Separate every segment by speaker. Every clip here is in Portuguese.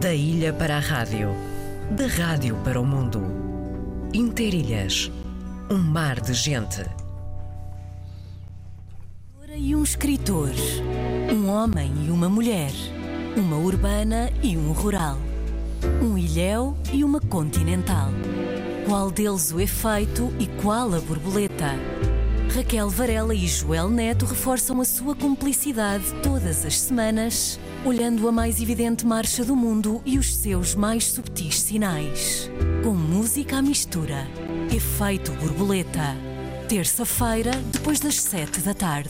Speaker 1: Da ilha para a rádio, da rádio para o mundo. Interilhas, um mar de gente.
Speaker 2: E um escritor, um homem e uma mulher, uma urbana e um rural, um ilhéu e uma continental. Qual deles o efeito e qual a borboleta? Raquel Varela e Joel Neto reforçam a sua cumplicidade todas as semanas, olhando a mais evidente marcha do mundo e os seus mais subtis sinais. Com música à mistura. Efeito borboleta. Terça-feira, depois das 7 da tarde.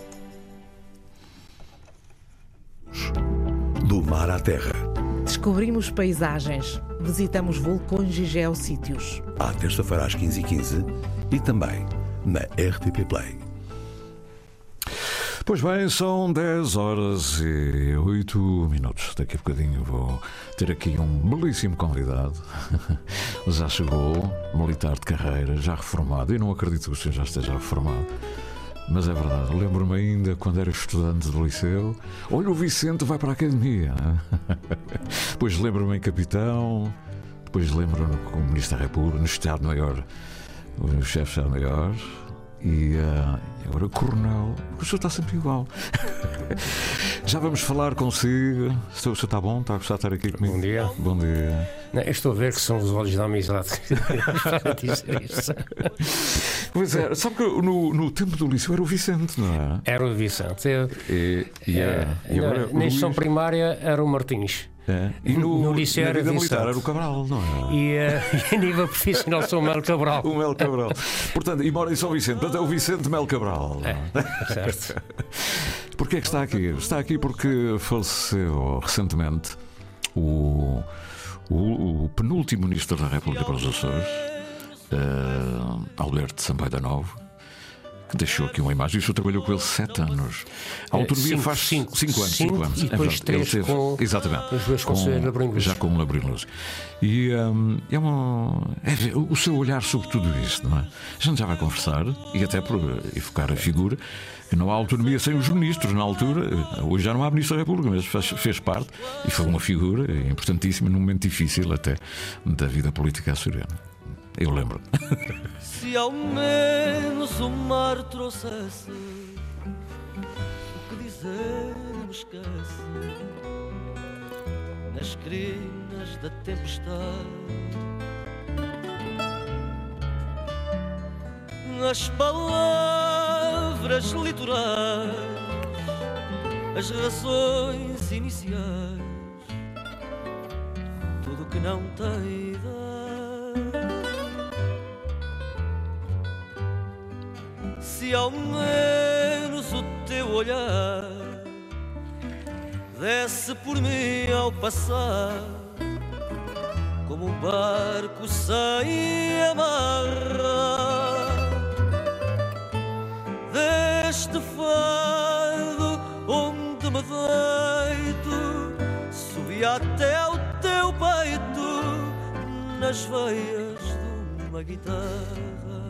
Speaker 3: Do mar à terra.
Speaker 4: Descobrimos paisagens, visitamos vulcões e geossítios.
Speaker 3: À terça-feira às 15h15 e também na RTP Play.
Speaker 5: Pois bem, são 10h08. Daqui a bocadinho vou ter aqui um belíssimo convidado. Já chegou, militar de carreira, já reformado. Eu não acredito que o senhor já esteja reformado, mas é verdade. Lembro-me ainda quando era estudante do liceu. Olha, o Vicente vai para a academia. Depois lembro-me em capitão. Depois lembro-me como Ministro da República, no Estado-Maior, o chefe de Estado-Maior. E agora coronel. O senhor está sempre igual. Já vamos falar consigo. O senhor está bom? Está a gostar de estar aqui comigo?
Speaker 6: Bom dia.
Speaker 5: Bom dia.
Speaker 6: Não, eu estou a ver que são os olhos da amizade para dizer isso.
Speaker 5: Pois é, sabe que no tempo do liceu era o Vicente, não é?
Speaker 6: Era o Vicente.
Speaker 5: E agora,
Speaker 6: na instituição primária era o Martins.
Speaker 5: É. E
Speaker 6: no liceu
Speaker 5: na
Speaker 6: era
Speaker 5: vida
Speaker 6: Vicente.
Speaker 5: militar era o Cabral, não é?
Speaker 6: E a nível profissional sou o Melo Cabral.
Speaker 5: O Melo Cabral. Portanto, e mora em São Vicente. Portanto, é o Vicente Melo Cabral.
Speaker 6: Certo.
Speaker 5: Porquê é que está aqui? Está aqui porque faleceu recentemente o penúltimo Ministro da República para os Açores, Alberto Sampaio da Nova, que deixou aqui uma imagem. Isso trabalhou com ele 7 anos. A autonomia faz 5 anos.
Speaker 6: E depois 3 com
Speaker 5: exatamente,
Speaker 6: os dois conselheiros Labrinos.
Speaker 5: Já com o Labrinos. E é o seu olhar sobre tudo isto, não é? A gente já vai conversar e até por evocar a figura que não há autonomia sem os ministros na altura. Hoje já não há Ministro da República, mas fez parte e foi uma figura importantíssima num momento difícil até da vida política açoriana. Eu lembro.
Speaker 7: Se ao menos o mar trouxesse o que dizer me esquece nas crinas da tempestade, nas palavras litorais, as razões iniciais, tudo que não tem idade. Se ao menos o teu olhar desce por mim ao passar, como um barco sem amarra, deste fado onde me deito, subi até ao teu peito, nas veias de uma guitarra.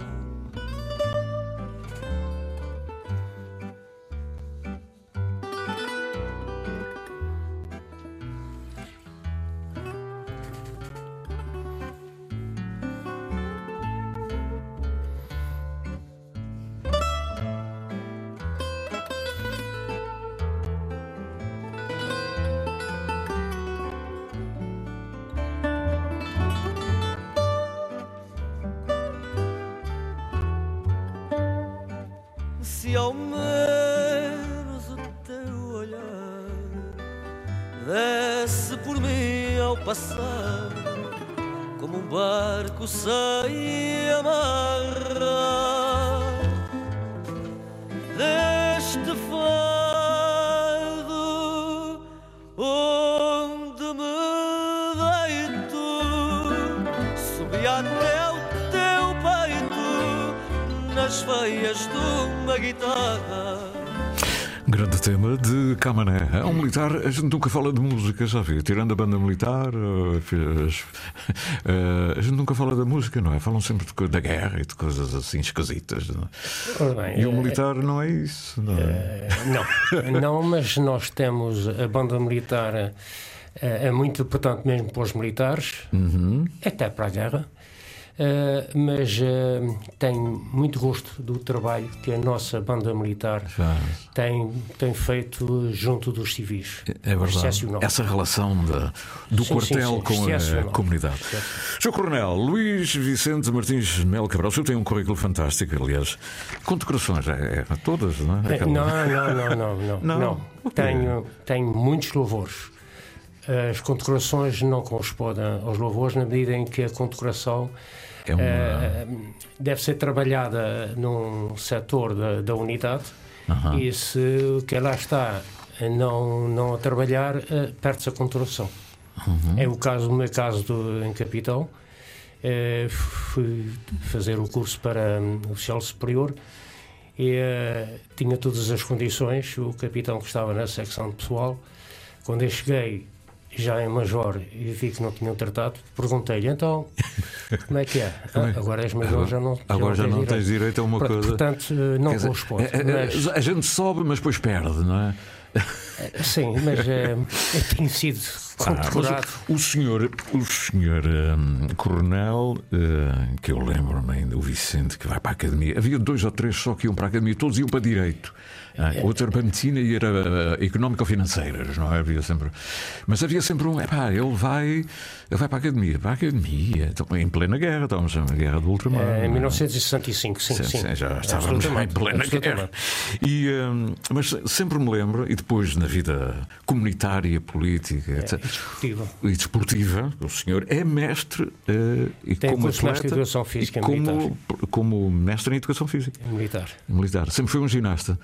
Speaker 7: Se ao menos o teu olhar desce por mim ao passar, como um barco sem amarra, deste fado onde me deito, subi até ao teu peito, nas veias de uma guitarra.
Speaker 5: Grande tema de Camané. É um militar, a gente nunca fala de música, já viu? Tirando a banda militar, a gente nunca fala da música, não é? Falam sempre da guerra e de coisas assim esquisitas, não é?
Speaker 6: Bem,
Speaker 5: e o militar não é isso, não é?
Speaker 6: Não, mas nós temos a banda militar É muito importante mesmo para os militares, até para a guerra. Mas tenho muito gosto do trabalho que a nossa banda militar tem feito junto dos civis.
Speaker 5: É verdade. Essa relação do quartel com a comunidade. Sr. Coronel Luís Vicente Martins Melo Cabral, o senhor tem um currículo fantástico, aliás. Condecorações, todas, não é?
Speaker 6: Não. Tenho muitos louvores. As condecorações não correspondem aos louvores, na medida em que a condecoração deve ser trabalhada num setor da unidade, e se quem lá está não a trabalhar, perde-se a condecoração. É o meu caso em Capitão. Fui fazer o curso para oficial superior e tinha todas as condições. O capitão que estava na secção de pessoal, quando eu cheguei já em major e vi que não tinham tratado, perguntei-lhe, então, como é que é? Agora és major, já não
Speaker 5: tens direito a uma coisa.
Speaker 6: Portanto, não corresponde.
Speaker 5: A gente sobe, mas depois perde, não é?
Speaker 6: Sim, mas eu tenho sido condecorado.
Speaker 5: O senhor coronel, que eu lembro-me ainda, o Vicente, que vai para a academia, havia 2 ou 3 só que iam para a academia, todos iam para direito. Outro era para medicina e era económico-financeiras, não é? Mas havia sempre um, ele vai para a academia. Então, em plena guerra, estávamos na guerra do ultramar.
Speaker 6: Em 1965, sim.
Speaker 5: Já estávamos em plena guerra. Mas sempre me lembro, e depois na vida comunitária, política e desportiva, o senhor é mestre e
Speaker 6: tem
Speaker 5: como
Speaker 6: atleta
Speaker 5: mestre
Speaker 6: em educação física
Speaker 5: como mestre em educação física militar. Sempre foi um ginasta.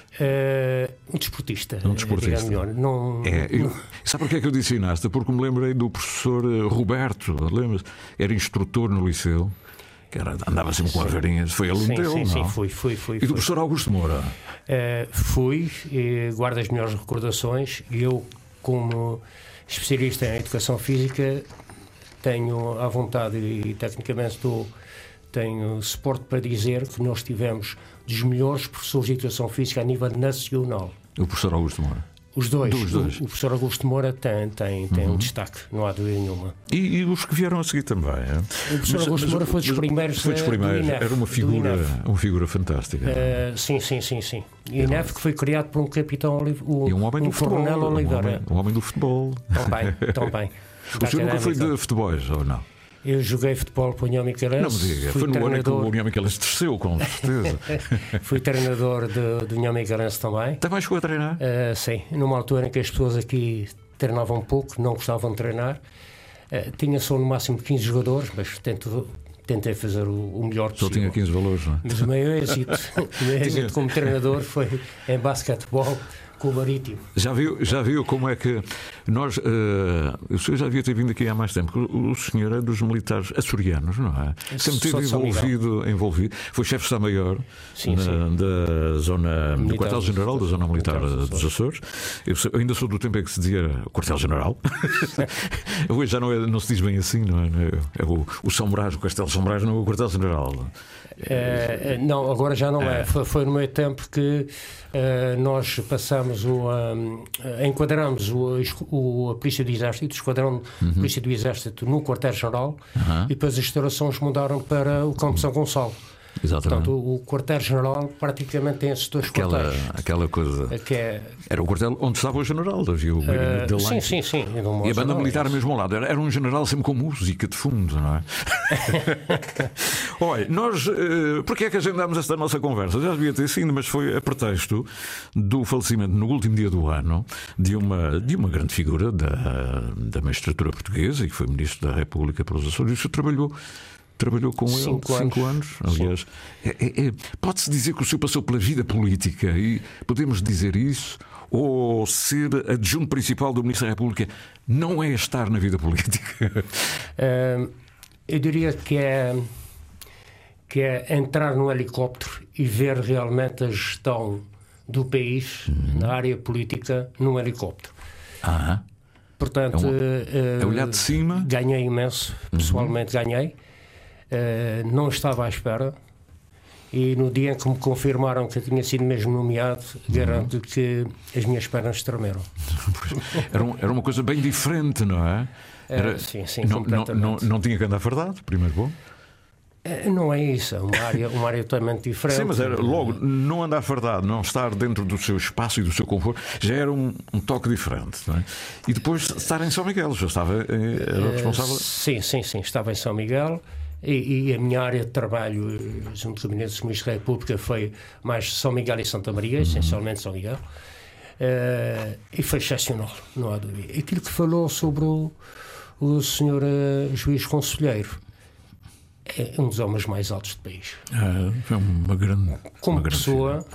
Speaker 6: Um desportista.
Speaker 5: Melhor. Sabe porquê é que eu disse ginasta? Porque me lembrei do professor Roberto, lembras? Era instrutor no liceu, que andava sempre com as varinhas. Foi aluno dele, não?
Speaker 6: Fui.
Speaker 5: E do professor Augusto Moura?
Speaker 6: Fui, e guardo as melhores recordações. Eu, como especialista em educação física, tenho à vontade e tecnicamente tenho suporte para dizer que nós tivemos dos melhores professores de educação física a nível nacional.
Speaker 5: O professor Augusto Moura?
Speaker 6: Os dois. O professor Augusto Moura tem um destaque, não há dúvida nenhuma.
Speaker 5: E os que vieram a seguir também?
Speaker 6: O professor Augusto Moura foi dos primeiros.
Speaker 5: Do INEF, era uma figura fantástica.
Speaker 6: Sim. E o INEF que foi criado por um capitão,
Speaker 5: um homem do futebol.
Speaker 6: Coronel Oliveira.
Speaker 5: Um homem do futebol.
Speaker 6: Também.
Speaker 5: O senhor nunca foi de futebols, ou não?
Speaker 6: Eu joguei futebol para o União Micalense.
Speaker 5: Não me diga, foi no ano em que o União Micalense desceu, com certeza.
Speaker 6: Fui treinador do União Micalense também.
Speaker 5: Também chegou a treinar?
Speaker 6: Sim, numa altura em que as pessoas aqui treinavam pouco, não gostavam de treinar. Tinha só no máximo 15 jogadores, mas tentei fazer o melhor possível.
Speaker 5: Só tinha 15 valores, não é?
Speaker 6: Mas o meu êxito como treinador foi em basquetebol com o Marítimo.
Speaker 5: Já viu como é que nós... o senhor já devia ter vindo aqui há mais tempo. O senhor é dos militares açorianos, não é? Sempre teve envolvido. Foi chefe de Estado-Maior da zona do quartel-general da zona militar dos Açores. Eu ainda sou do tempo em que se dizia quartel-general. Hoje já não se diz bem assim, não é? É o São Brás, o Castelo São Brás, não é o quartel-general.
Speaker 6: Não, agora já não é. Foi no meio tempo que nós passamos enquadramos a Polícia do Exército, o Esquadrão de Polícia do Exército no quartel-general, e depois as instalações mudaram para o Campo São Gonçalo.
Speaker 5: Exatamente.
Speaker 6: Portanto, o quartel-general praticamente tem esses dois quartéis.
Speaker 5: Aquela coisa. Era o quartel onde estava o general, havia o
Speaker 6: sim.
Speaker 5: E a banda militar mesmo ao lado. Era um general sempre com música de fundo, não é? Olha, nós. Porque é que agendámos esta nossa conversa? Já devia ter sido, mas foi a pretexto do falecimento no último dia do ano de uma grande figura da magistratura portuguesa e que foi Ministro da República para os Açores. E o senhor trabalhou com ele 5 anos. Aliás, pode-se dizer que o senhor passou pela vida política e podemos dizer isso? Ou ser adjunto principal do Ministro da República não é estar na vida política?
Speaker 6: Eu diria que é entrar num helicóptero e ver realmente a gestão do país na área política num helicóptero. Portanto,
Speaker 5: é olhar de cima.
Speaker 6: Ganhei imenso, pessoalmente ganhei. Não estava à espera. E no dia em que me confirmaram que eu tinha sido mesmo nomeado, garanto que as minhas pernas tremeram.
Speaker 5: Era uma coisa bem diferente, não é?
Speaker 6: Sim,
Speaker 5: completamente. Não tinha que andar fardado, primeiro bom.
Speaker 6: Não é isso, é uma área totalmente diferente.
Speaker 5: Sim, mas era logo não andar fardado, não estar dentro do seu espaço e do seu conforto, já era um toque diferente, não é? E depois estar em São Miguel, já era responsável.
Speaker 6: Sim, estava em São Miguel. E a minha área de trabalho junto do Gabinete do Ministro da República foi mais São Miguel e Santa Maria, essencialmente São Miguel. E foi excepcional, não há dúvida. Aquilo que falou sobre o senhor juiz conselheiro é um dos homens mais altos do país.
Speaker 5: É uma grande.
Speaker 6: Como
Speaker 5: uma
Speaker 6: pessoa,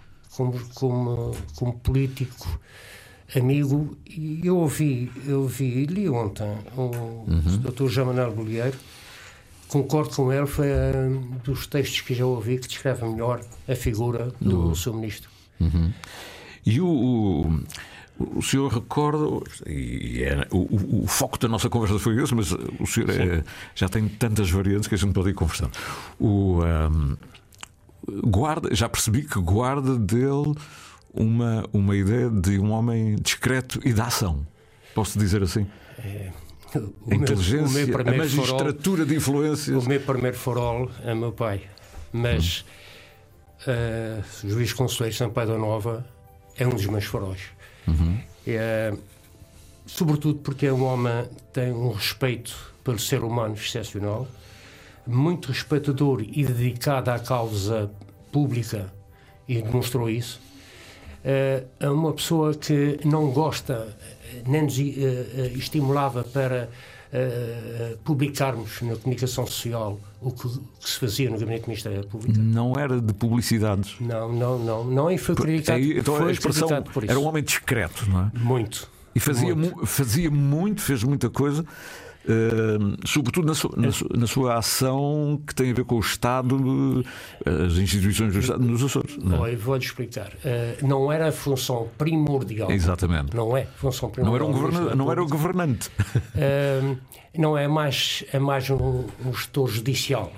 Speaker 6: como político, amigo, e eu ouvi e li ontem o Dr. João Manuel Bolieiro. Concordo com ele, foi dos textos que já ouvi que descreve melhor a figura do seu ministro.
Speaker 5: E o senhor recorda, e o foco da nossa conversa foi esse, mas o senhor já tem tantas variantes que a gente pode ir conversando. Já percebi que guarda dele uma ideia de um homem discreto e de ação. Posso dizer assim? A inteligência, a magistratura de influências.
Speaker 6: O meu primeiro farol é meu pai, mas o juiz conselheiro Sampaio da Nova é um dos meus faróis. Sobretudo porque é um homem que tem um respeito pelo ser humano excepcional, muito respeitador e dedicado à causa pública, e demonstrou isso. É uma pessoa que não gosta, nem nos estimulava para publicarmos na comunicação social o que se fazia no Gabinete do Ministro da República.
Speaker 5: Não era de publicidades.
Speaker 6: Não, e foi criticado.
Speaker 5: Então
Speaker 6: foi
Speaker 5: a expressão
Speaker 6: por isso.
Speaker 5: Era um homem discreto, não é?
Speaker 6: Muito.
Speaker 5: E fazia muito, fez muita coisa. Sobretudo na sua ação que tem a ver com o Estado, as instituições do Estado nos Açores.
Speaker 6: Vou-lhe explicar. Não era a função primordial.
Speaker 5: Exatamente.
Speaker 6: Não é função primordial.
Speaker 5: Não era o governante.
Speaker 6: Não é mais um gestor judicial.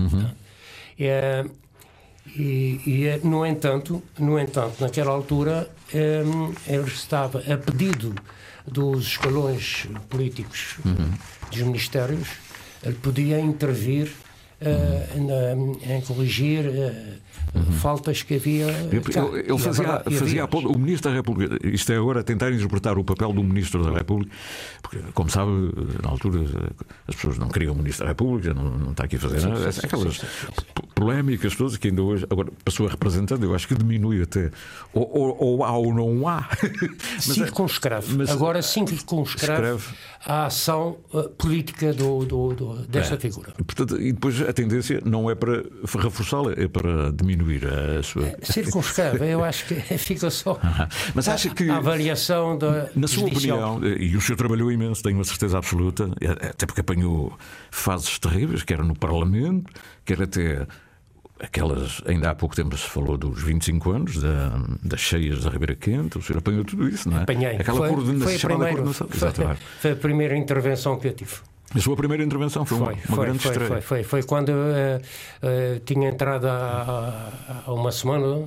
Speaker 6: No entanto, naquela altura, ele estava a pedido dos escalões políticos dos ministérios, ele podia intervir em corrigir faltas que havia.
Speaker 5: Ele fazia o Ministro da República. Isto é agora tentar interpretar o papel do Ministro da República, porque, como sabe, na altura as pessoas não queriam o Ministro da República, não está aqui a fazer nada. Aquelas polémicas todas que ainda hoje, agora, para a sua representante, eu acho que diminui até. Ou há ou não há.
Speaker 6: Circunscreve. Agora circunscreve a ação política desta figura.
Speaker 5: Portanto, e depois a tendência não é para reforçá-la, é para diminuir a sua.
Speaker 6: Circunscreve, eu acho que fica só.
Speaker 5: Mas acha que
Speaker 6: a avaliação da.
Speaker 5: Na sua opinião, e o senhor trabalhou imenso, tenho uma certeza absoluta, até porque apanhou fases terríveis, quer no Parlamento, quer até aquelas. Ainda há pouco tempo se falou dos 25 anos das cheias da Ribeira Quente, o senhor apanhou tudo isso, não é?
Speaker 6: Apanhei.
Speaker 5: Aquela coordenação.
Speaker 6: Foi a primeira intervenção que eu tive.
Speaker 5: A sua primeira intervenção foi uma grande estreia.
Speaker 6: Foi quando tinha entrado há uma semana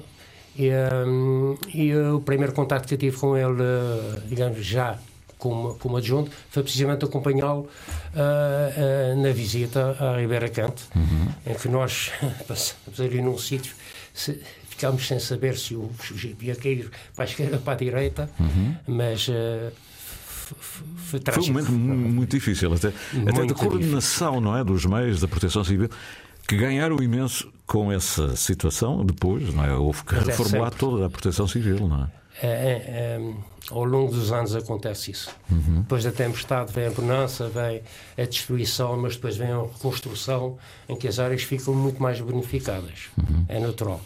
Speaker 6: e o primeiro contacto que eu tive com ele, digamos, já como adjunto, foi precisamente acompanhá-lo na visita à Ribeira Quente, em que nós passamos ali num sítio, ficámos sem saber se o jipe ia cair para a esquerda ou para a direita, mas... Foi
Speaker 5: um momento muito difícil, até da coordenação, não é, dos meios da Proteção Civil, que ganharam imenso com essa situação. Depois, não é, houve que reformular toda a Proteção Civil, não é?
Speaker 6: Ao longo dos anos acontece isso. Depois da tempestade vem a bonança, vem a destruição, mas depois vem a reconstrução, em que as áreas ficam muito mais beneficiadas. É natural.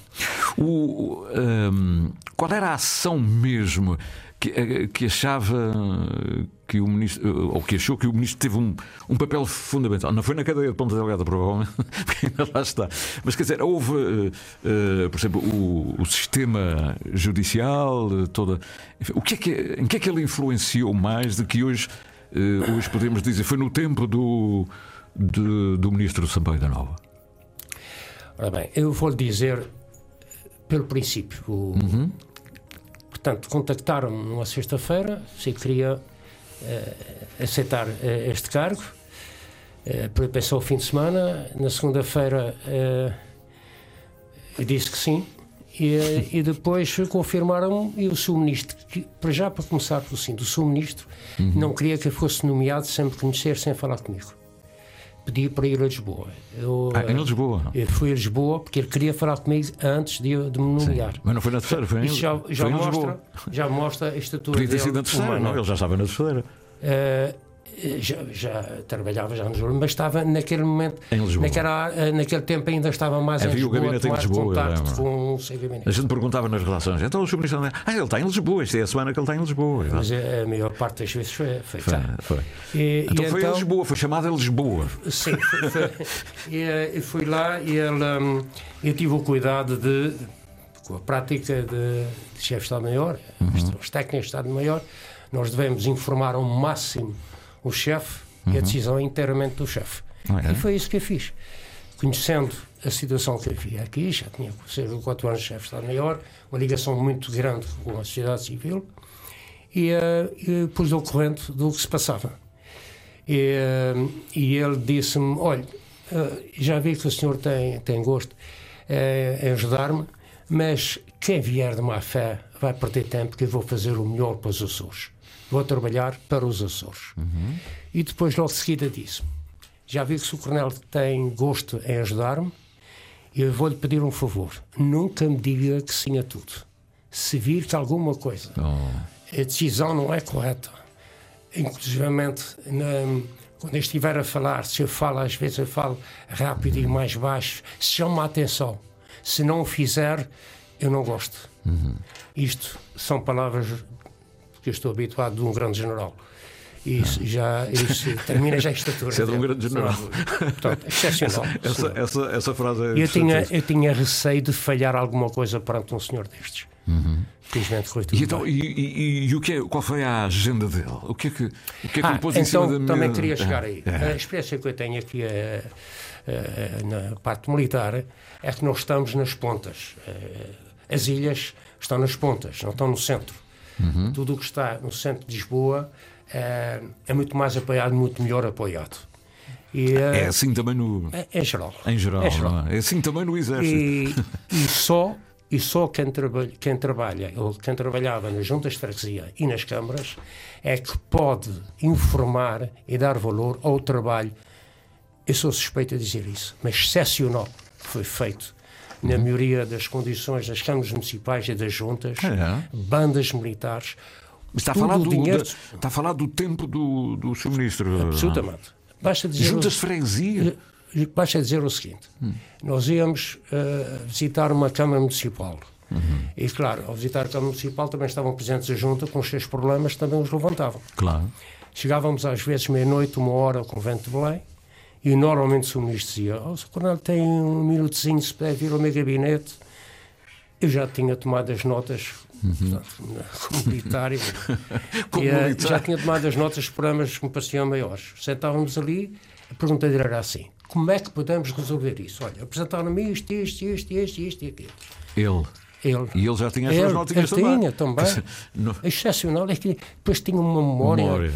Speaker 5: Qual era a ação mesmo que achava que o ministro, ou que achou que o ministro teve um papel fundamental? Não foi na cadeia de Ponta Delgada, provavelmente, porque ainda lá está. Mas, quer dizer, houve, por exemplo, o sistema judicial, enfim, em que é que ele influenciou mais do que hoje podemos dizer? Foi no tempo do ministro Sampaio da Nova?
Speaker 6: Ora bem, eu vou-lhe dizer pelo princípio. Portanto, contactaram-me numa sexta-feira se eu queria aceitar este cargo. Pensou o fim de semana. Na segunda-feira eu disse que sim. E depois confirmaram-me, e o Sr-Ministro, para começar pelo sim, o Sr-Ministro não queria que eu fosse nomeado sem me conhecer, sem falar comigo. Pedi para ir a Lisboa.
Speaker 5: Em Lisboa?
Speaker 6: Eu fui a Lisboa porque ele queria falar comigo antes de me nomear.
Speaker 5: Sim, mas não foi na terceira, foi em Lisboa.
Speaker 6: Já mostra a estatura
Speaker 5: dele. Podia ter sido na terceira, não? Ele já estava na terceira.
Speaker 6: Já trabalhava já em Lisboa, mas estava naquele momento em Lisboa. Naquele tempo ainda estava mais em Lisboa.
Speaker 5: Havia o gabinete em Lisboa.
Speaker 6: Com o seu gabinete.
Speaker 5: A gente perguntava nas relações, então o Sr. Ministro ele está em Lisboa, esta é a semana que ele está em Lisboa.
Speaker 6: Mas a maior parte das vezes foi cá.
Speaker 5: Foi. Então foi a Lisboa, foi chamada Lisboa.
Speaker 6: Sim, e fui lá e eu tive o cuidado com a prática de chefe de Estado-Maior, os técnicos de Estado-Maior, nós devemos informar ao máximo o chefe e a decisão é inteiramente do chefe. E foi isso que eu fiz. Conhecendo a situação que havia aqui, já tinha 4 anos de chefe de Estado-Maior, uma ligação muito grande com a sociedade civil, e pus ao corrente do que se passava. E ele disse-me, olha, já vi que o senhor tem gosto em ajudar-me, mas quem vier de má fé vai perder tempo, que eu vou fazer o melhor para os Açores. Vou trabalhar para os Açores. E depois, logo de seguida, disse-me, já vi que o Coronel tem gosto em ajudar-me, eu vou-lhe pedir um favor. Nunca me diga que sim a tudo. Se vir que alguma coisa, a decisão não é correta, inclusivamente, quando eu estiver a falar, se eu falo, às vezes eu falo rápido e mais baixo, se chama a atenção. Se não o fizer, eu não gosto. Isto são palavras que eu estou habituado de um grande general. Isso termina já a estatura.
Speaker 5: Isso é de um grande general.
Speaker 6: Portanto, excepcional.
Speaker 5: Essa frase
Speaker 6: eu tinha receio de falhar alguma coisa perante um senhor destes. Felizmente foi tudo.
Speaker 5: Qual foi a agenda dele? O que é que ele pôs em cima da mesa?
Speaker 6: Também queria chegar aí. A experiência que eu tenho aqui na parte militar é que nós estamos nas pontas. As ilhas estão nas pontas, não estão no centro. Tudo o que está no centro de Lisboa é muito mais apoiado, muito melhor apoiado.
Speaker 5: É assim também no...
Speaker 6: Em geral.
Speaker 5: Em geral, não é? É assim também no Exército.
Speaker 6: E só quem trabalha, ou quem trabalhava nas juntas de freguesia e nas câmaras, é que pode informar e dar valor ao trabalho. Eu sou suspeito de dizer isso, mas excepcional que foi feito na maioria das condições das câmaras municipais e das juntas, bandas militares.
Speaker 5: Está a falar do tempo do Sr. Ministro.
Speaker 6: Absolutamente. Basta dizer
Speaker 5: juntas de freguesia.
Speaker 6: Basta dizer o seguinte: nós íamos visitar uma Câmara Municipal. E, claro, ao visitar a Câmara Municipal também estavam presentes a Junta com os seus problemas, também os levantavam.
Speaker 5: Claro.
Speaker 6: Chegávamos às vezes meia-noite, 1 hora ao Convento de Belém, e normalmente o Sr. Ministro dizia: o Sr. Coronel tem um minutozinho, se puder vir ao meu gabinete. Eu já tinha tomado as notas, como militar, já tinha tomado as notas de programas que me pareciam maiores. Sentávamos ali, a pergunta dele era assim: como é que podemos resolver isso? Olha, apresentaram-me isto e aquilo.
Speaker 5: E ele já tinha as suas notinhas também.
Speaker 6: Ele tinha também. Excepcional é que depois tinha uma memória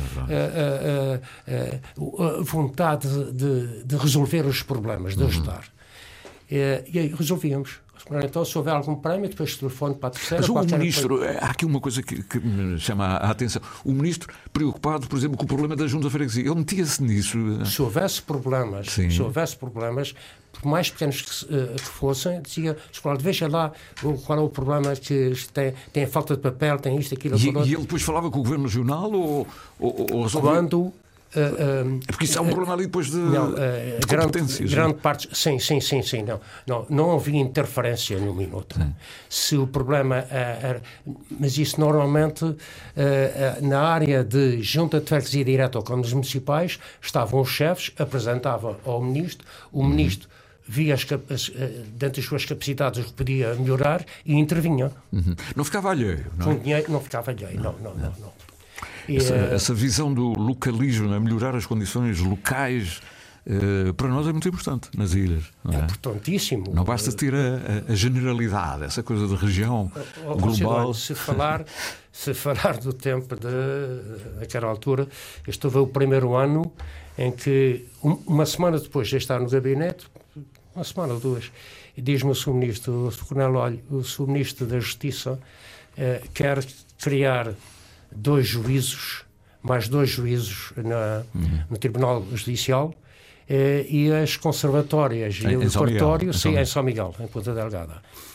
Speaker 6: vontade de resolver os problemas, de ajudar. E aí resolvíamos. Então, se houver algum prémio, depois telefone para a terceira.
Speaker 5: Mas o Ministro, há aqui uma coisa que me chama a atenção. O Ministro, preocupado, por exemplo, com o problema da Junta de Freguesia, ele metia-se nisso.
Speaker 6: Se houvesse problemas, por mais pequenos que fossem, dizia: veja lá qual é o problema, que tem a falta de papel, tem isto, aquilo.
Speaker 5: E ele depois falava com o Governo Regional ou resolvia?
Speaker 6: Quando...
Speaker 5: porque isso é um problema ali depois de competências.
Speaker 6: Grande parte, sim, não havia interferência no minuto. Se o problema mas isso normalmente na área de junta de freguesia direta ou câmaras municipais estavam os chefes, apresentavam ao Ministro, o Ministro via dentro das suas capacidades o que podia melhorar e intervinha.
Speaker 5: Não ficava alheio, não é?
Speaker 6: Com dinheiro não ficava alheio, não.
Speaker 5: Essa visão do localismo, melhorar as condições locais para nós é muito importante nas ilhas. Não é?
Speaker 6: É importantíssimo.
Speaker 5: Não basta ter a generalidade, essa coisa de região global.
Speaker 6: Se falar do tempo daquela altura, eu estive o primeiro ano em que, uma semana depois de estar no gabinete, uma semana ou duas, diz-me o subministro, o subministro da Justiça, quer criar 2 juízos, mais 2 juízos no Tribunal Judicial, e as conservatórias e o cartório, em São Miguel, em Ponta Delgada.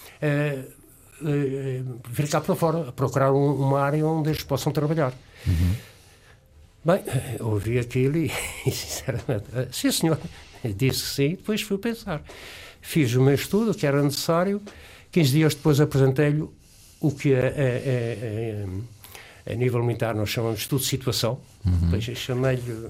Speaker 6: Vir cá para fora, a procurar uma área onde eles possam trabalhar. Bem, ouvi aquilo e sinceramente, sim senhor, disse que sim, depois fui pensar. Fiz o meu estudo, que era necessário, 15 dias depois apresentei-lhe o que a nível militar nós chamamos de estudo de situação, depois chamei-lhe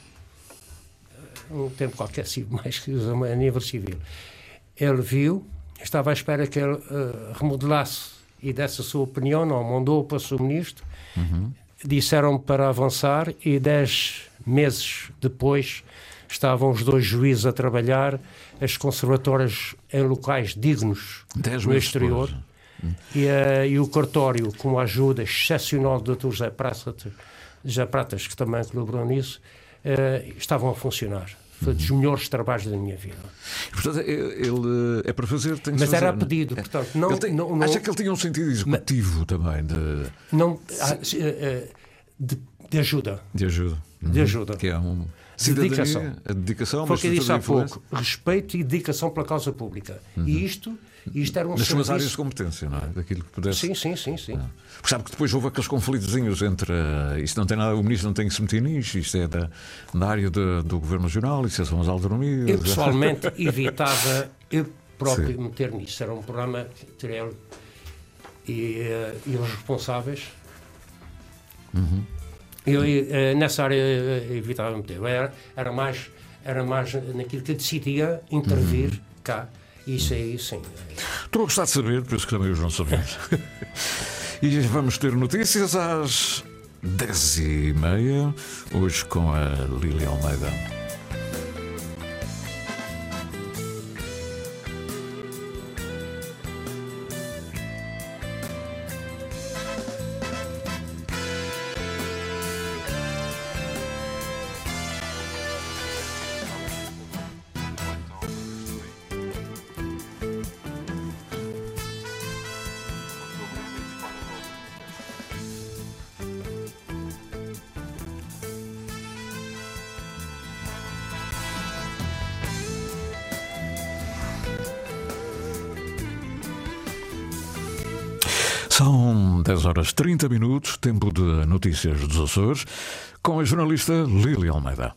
Speaker 6: um tempo qualquer, mais que usa a nível civil. Ele viu, estava à espera que ele remodelasse e desse a sua opinião, não mandou para o subministro, disseram para avançar e 10 meses depois estavam os 2 juízes a trabalhar, as conservatórias em locais dignos no exterior, e o cartório, com a ajuda excepcional do Dr. José Pratas, que também colaborou nisso, estavam a funcionar. Foi dos melhores trabalhos da minha vida.
Speaker 5: Portanto, ele é para fazer...
Speaker 6: Mas era a pedido, portanto... Não,
Speaker 5: acha que ele tinha um sentido executivo também?
Speaker 6: De ajuda.
Speaker 5: De ajuda.
Speaker 6: De ajuda.
Speaker 5: Que é
Speaker 6: dedicação.
Speaker 5: A dedicação,
Speaker 6: foi o que eu disse há pouco. Respeito e dedicação pela causa pública. E isto era um
Speaker 5: nas
Speaker 6: serviço...
Speaker 5: suas áreas de competência, não é? Daquilo que pudesse...
Speaker 6: Sim.
Speaker 5: Porque sabe que depois houve aqueles conflitozinhos entre... Isto não tem nada... O ministro não tem que se meter nisto. Isto é da área do Governo Regional. Isso são as autonomias.
Speaker 6: Eu pessoalmente evitava eu próprio meter nisso. Era um programa entre ele e os responsáveis. Eu nessa área evitava meter. Era mais naquilo que eu decidia intervir cá. Isso aí, sim.
Speaker 5: Estou a gostar de saber, por isso que também os não sabemos. E vamos ter notícias às 10h30, hoje com a Lília Almeida. São 10h30, tempo de notícias dos Açores, com a jornalista Lília Almeida.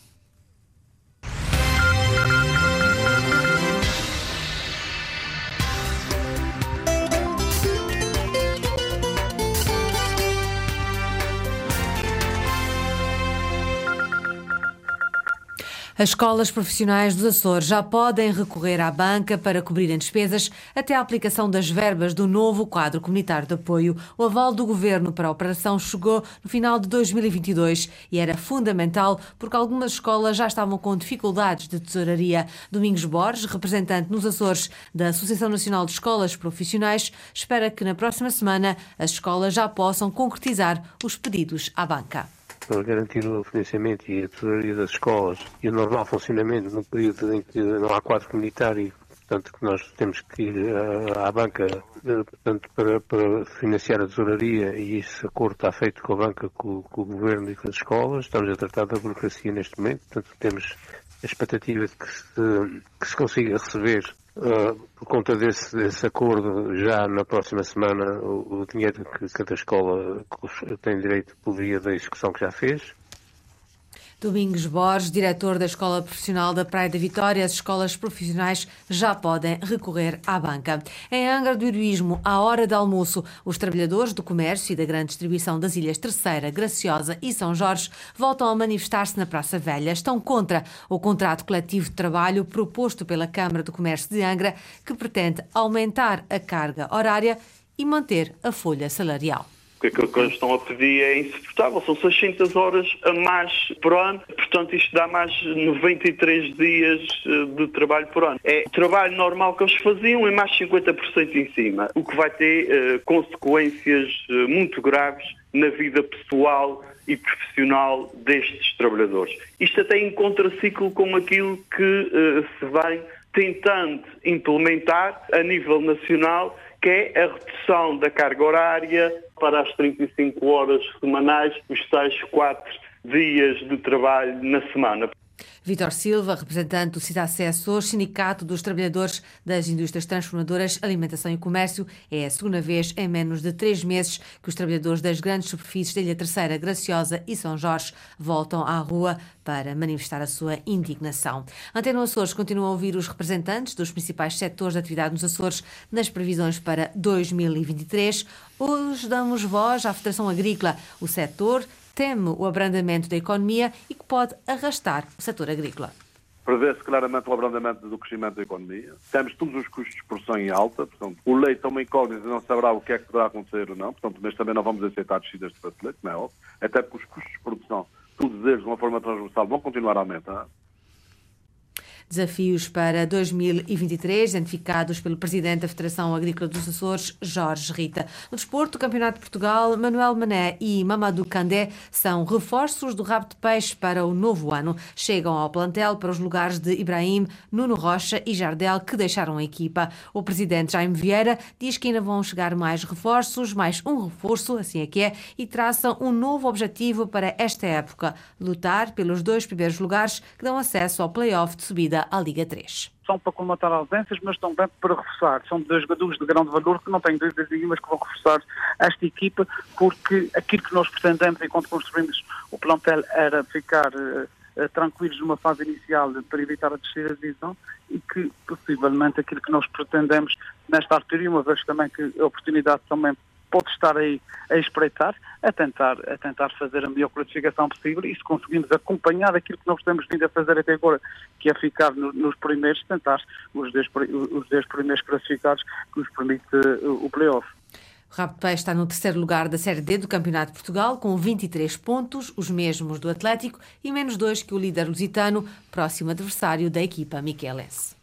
Speaker 8: As escolas profissionais dos Açores já podem recorrer à banca para cobrirem despesas até a aplicação das verbas do novo quadro comunitário de apoio. O aval do Governo para a operação chegou no final de 2022 e era fundamental porque algumas escolas já estavam com dificuldades de tesouraria. Domingos Borges, representante nos Açores da Associação Nacional de Escolas Profissionais, espera que na próxima semana as escolas já possam concretizar os pedidos à banca.
Speaker 9: Para garantir o financiamento e a tesouraria das escolas e o normal funcionamento no período em que não há quadro comunitário, portanto que nós temos que ir à banca portanto, para financiar a tesouraria, e esse acordo está feito com a banca, com o Governo e com as escolas. Estamos a tratar da burocracia neste momento, portanto temos a expectativa de que se consiga receber por conta desse acordo já na próxima semana o dinheiro que cada escola tem direito por via da execução que já fez.
Speaker 8: Domingos Borges, diretor da Escola Profissional da Praia da Vitória, as escolas profissionais já podem recorrer à banca. Em Angra do Heroísmo, à hora de almoço, os trabalhadores do comércio e da grande distribuição das Ilhas Terceira, Graciosa e São Jorge voltam a manifestar-se na Praça Velha. Estão contra o contrato coletivo de trabalho proposto pela Câmara do Comércio de Angra, que pretende aumentar a carga horária e manter a folha salarial.
Speaker 10: porque aquilo que eles estão a pedir é insuportável. São 600 horas a mais por ano, portanto isto dá mais 93 dias de trabalho por ano. É o trabalho normal que eles faziam e mais 50% em cima, o que vai ter consequências muito graves na vida pessoal e profissional destes trabalhadores. Isto até em contraciclo com aquilo que se vem tentando implementar a nível nacional, que é a redução da carga horária para as 35 horas semanais, os tais 4 dias de trabalho na semana.
Speaker 8: Vítor Silva, representante do SIDACE Açores, Sindicato dos Trabalhadores das Indústrias Transformadoras, Alimentação e Comércio, é a segunda vez em menos de 3 meses que os trabalhadores das grandes superfícies da Ilha Terceira, Graciosa e São Jorge voltam à rua para manifestar a sua indignação. A Antena Açores continua a ouvir os representantes dos principais setores de atividade nos Açores nas previsões para 2023. Hoje damos voz à Federação Agrícola. O setor teme o abrandamento da economia e que pode arrastar o setor agrícola.
Speaker 11: Prevê-se claramente o abrandamento do crescimento da economia. Temos todos os custos de produção em alta, portanto, o leite é uma incógnita, não saberá o que é que poderá acontecer ou não, portanto, mas também não vamos aceitar descidas de preço de leite, não é óbvio, até porque os custos de produção, todos eles de uma forma transversal, vão continuar a aumentar.
Speaker 8: Desafios para 2023, identificados pelo Presidente da Federação Agrícola dos Açores, Jorge Rita. No desporto, o Campeonato de Portugal, Manuel Mané e Mamadou Kandé são reforços do rabo de peixe para o novo ano. Chegam ao plantel para os lugares de Ibrahim, Nuno Rocha e Jardel, que deixaram a equipa. O Presidente Jaime Vieira diz que ainda vão chegar mais reforços, mais um reforço, assim é que é, e traçam um novo objetivo para esta época: lutar pelos 2 primeiros lugares que dão acesso ao play-off de subida à Liga 3.
Speaker 12: São para colmatar ausências, mas também para reforçar. São 2 jogadores de grande valor que não têm dúvidas nenhumas que vão reforçar esta equipa, porque aquilo que nós pretendemos enquanto construímos o plantel era ficar tranquilos numa fase inicial para evitar a descida da divisão, e que possivelmente aquilo que nós pretendemos nesta altura, e uma vez também que a oportunidade também pode estar aí a espreitar, a tentar fazer a melhor classificação possível, e se conseguimos acompanhar aquilo que nós temos vindo a fazer até agora, que é ficar nos primeiros, tentar os 10 primeiros classificados, que nos permite o play-off.
Speaker 8: O Rabo de Peixe está no 3º lugar da Série D do Campeonato de Portugal, com 23 pontos, os mesmos do Atlético, e menos 2 que o líder lusitano, próximo adversário da equipa miquelense.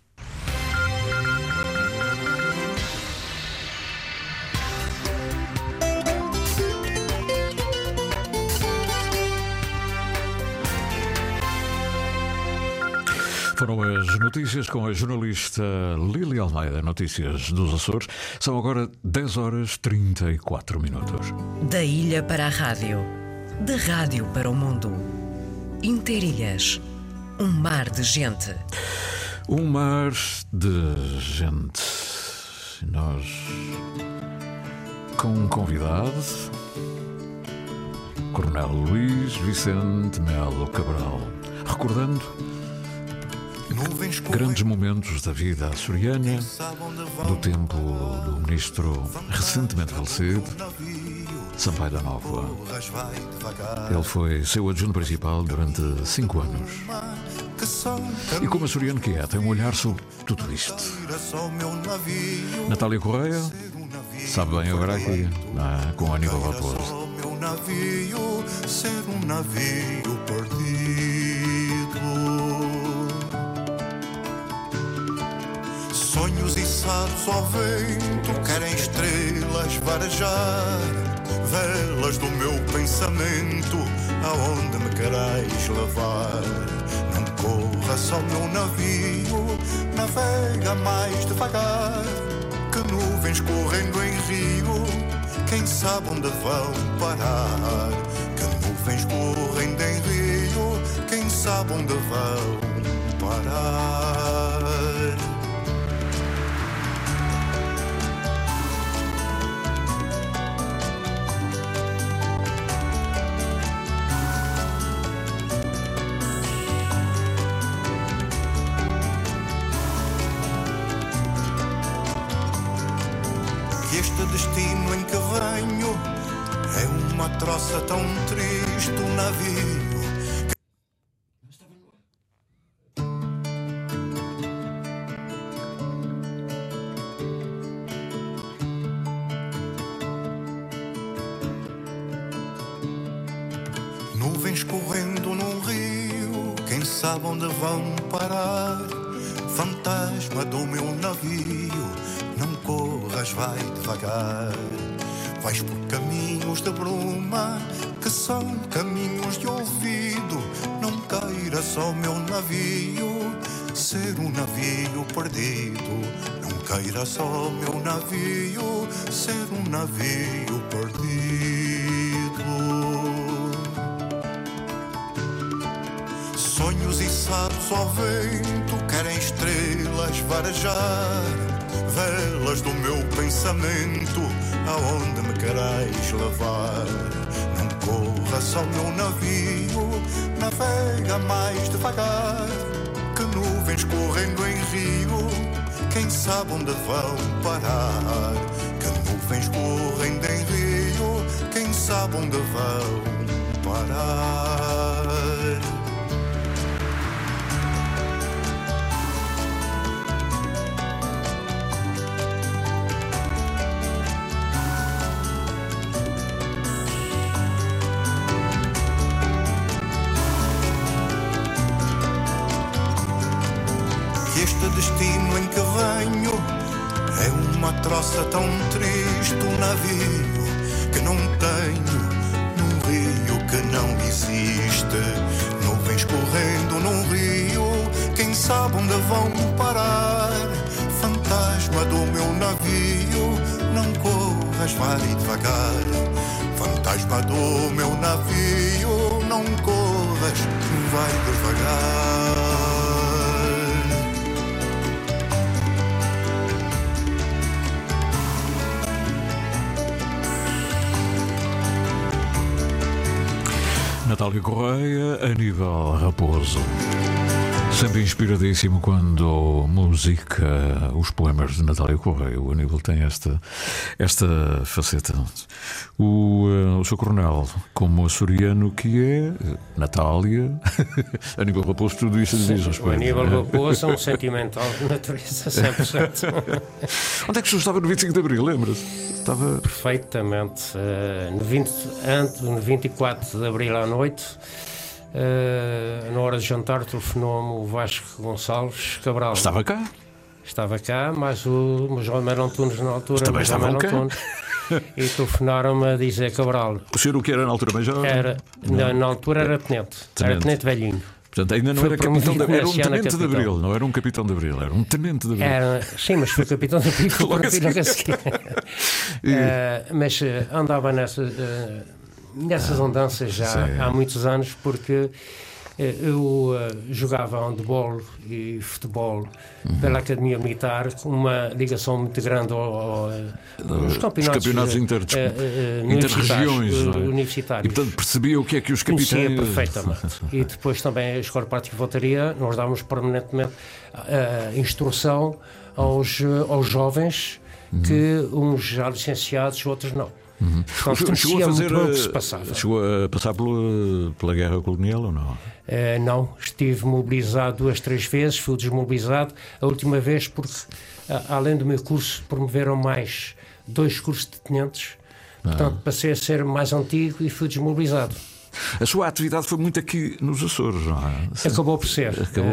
Speaker 5: Foram as notícias com a jornalista Lília Almeida, Notícias dos Açores. São agora 10h34.
Speaker 1: Da ilha para a rádio, da rádio para o mundo. Interilhas, um mar de gente.
Speaker 5: Um mar de gente. Nós, com um convidado, Coronel Luís Vicente Melo Cabral, recordando grandes momentos da vida açoriana, do tempo do ministro recentemente falecido, Sampaio da Nova. Ele foi seu adjunto principal durante 5 anos. E como açoriano que é, tem um olhar sobre tudo isto. Natália Correia sabe bem agora aqui, com Aníbal Raposo.
Speaker 13: Ser um navio perdido. Sonhos içados ao vento querem estrelas varejar, velas do meu pensamento, aonde me querais levar. Não corras ao meu navio, navega mais devagar, que nuvens correndo em rio, quem sabe onde vão parar. Que nuvens correndo em rio, quem sabe onde vão parar. Este destino em que venho é uma troça tão triste, um navio. escorrendo num rio, quem sabe onde vão parar? Fantasma do meu navio, não corras, vai devagar. Vais por caminhos de bruma, que são caminhos de ouvido. Não queira só meu navio ser um navio perdido. Não queira só meu navio ser um navio perdido. Sonhos içados ao vento querem estrelas varejar, velas do meu pensamento, aonde me querais levar. Não corra só meu navio, navega mais devagar, que nuvens correndo em rio, quem sabe onde vão parar. Que nuvens correndo em rio, quem sabe onde vão parar. Destino em que venho é uma troça tão triste, um navio que não tenho, num rio que não existe. Nuvens correndo num rio, quem sabe onde vão parar. Fantasma do meu navio, não corras, vai devagar. Fantasma do meu navio, não corras, vai devagar.
Speaker 5: Natália Correia, Aníbal Raposo. Sempre inspiradíssimo quando música, os poemas de Natália Correia. O Aníbal tem esta faceta. O Sr. Coronel, como açoriano que é, Natália, Aníbal Raposo, tudo isso diz aos
Speaker 6: poemas. O Aníbal Raposo é um sentimental de natureza, 100%.
Speaker 5: Onde é que o senhor estava no 25 de Abril, lembra-se? Estava...
Speaker 6: Perfeitamente. No 24 de Abril à noite, na hora de jantar, telefonou-me o Vasco Gonçalves Cabral.
Speaker 5: Estava cá?
Speaker 6: Estava cá, mas o João Manuel Antunes na altura.
Speaker 5: Também estavam cá.
Speaker 6: E telefonaram-me a dizer: Cabral.
Speaker 5: O senhor o que era na altura major?
Speaker 6: Na altura era tenente. Era tenente velhinho.
Speaker 5: Portanto, ainda não era capitão de Abril, era um tenente de Abril, não era um capitão de Abril, era um tenente de Abril.
Speaker 6: Sim, mas foi capitão de Abril logo a seguir. Mas andava nessas andanças já há muitos anos, porque eu jogava handball e futebol pela Academia Militar, com uma ligação muito grande aos
Speaker 5: campeonatos inter-regiões
Speaker 6: universitários.
Speaker 5: E portanto percebia o que é que os capitães...
Speaker 6: Conhecia perfeitamente. E depois também a Escola Prática de Infantaria, nós dávamos permanentemente instrução aos jovens, que uns já licenciados, outros não. Portanto,
Speaker 5: chegou a fazer, muito o que se passava. Chegou a passar pela guerra colonial ou não?
Speaker 6: Não, estive mobilizado 2, 3 vezes, fui desmobilizado. A última vez porque, além do meu curso, promoveram mais 2 cursos de tenentes. Portanto, passei a ser mais antigo e fui desmobilizado.
Speaker 5: A sua atividade foi muito aqui nos Açores, não é?
Speaker 6: Acabou por ser.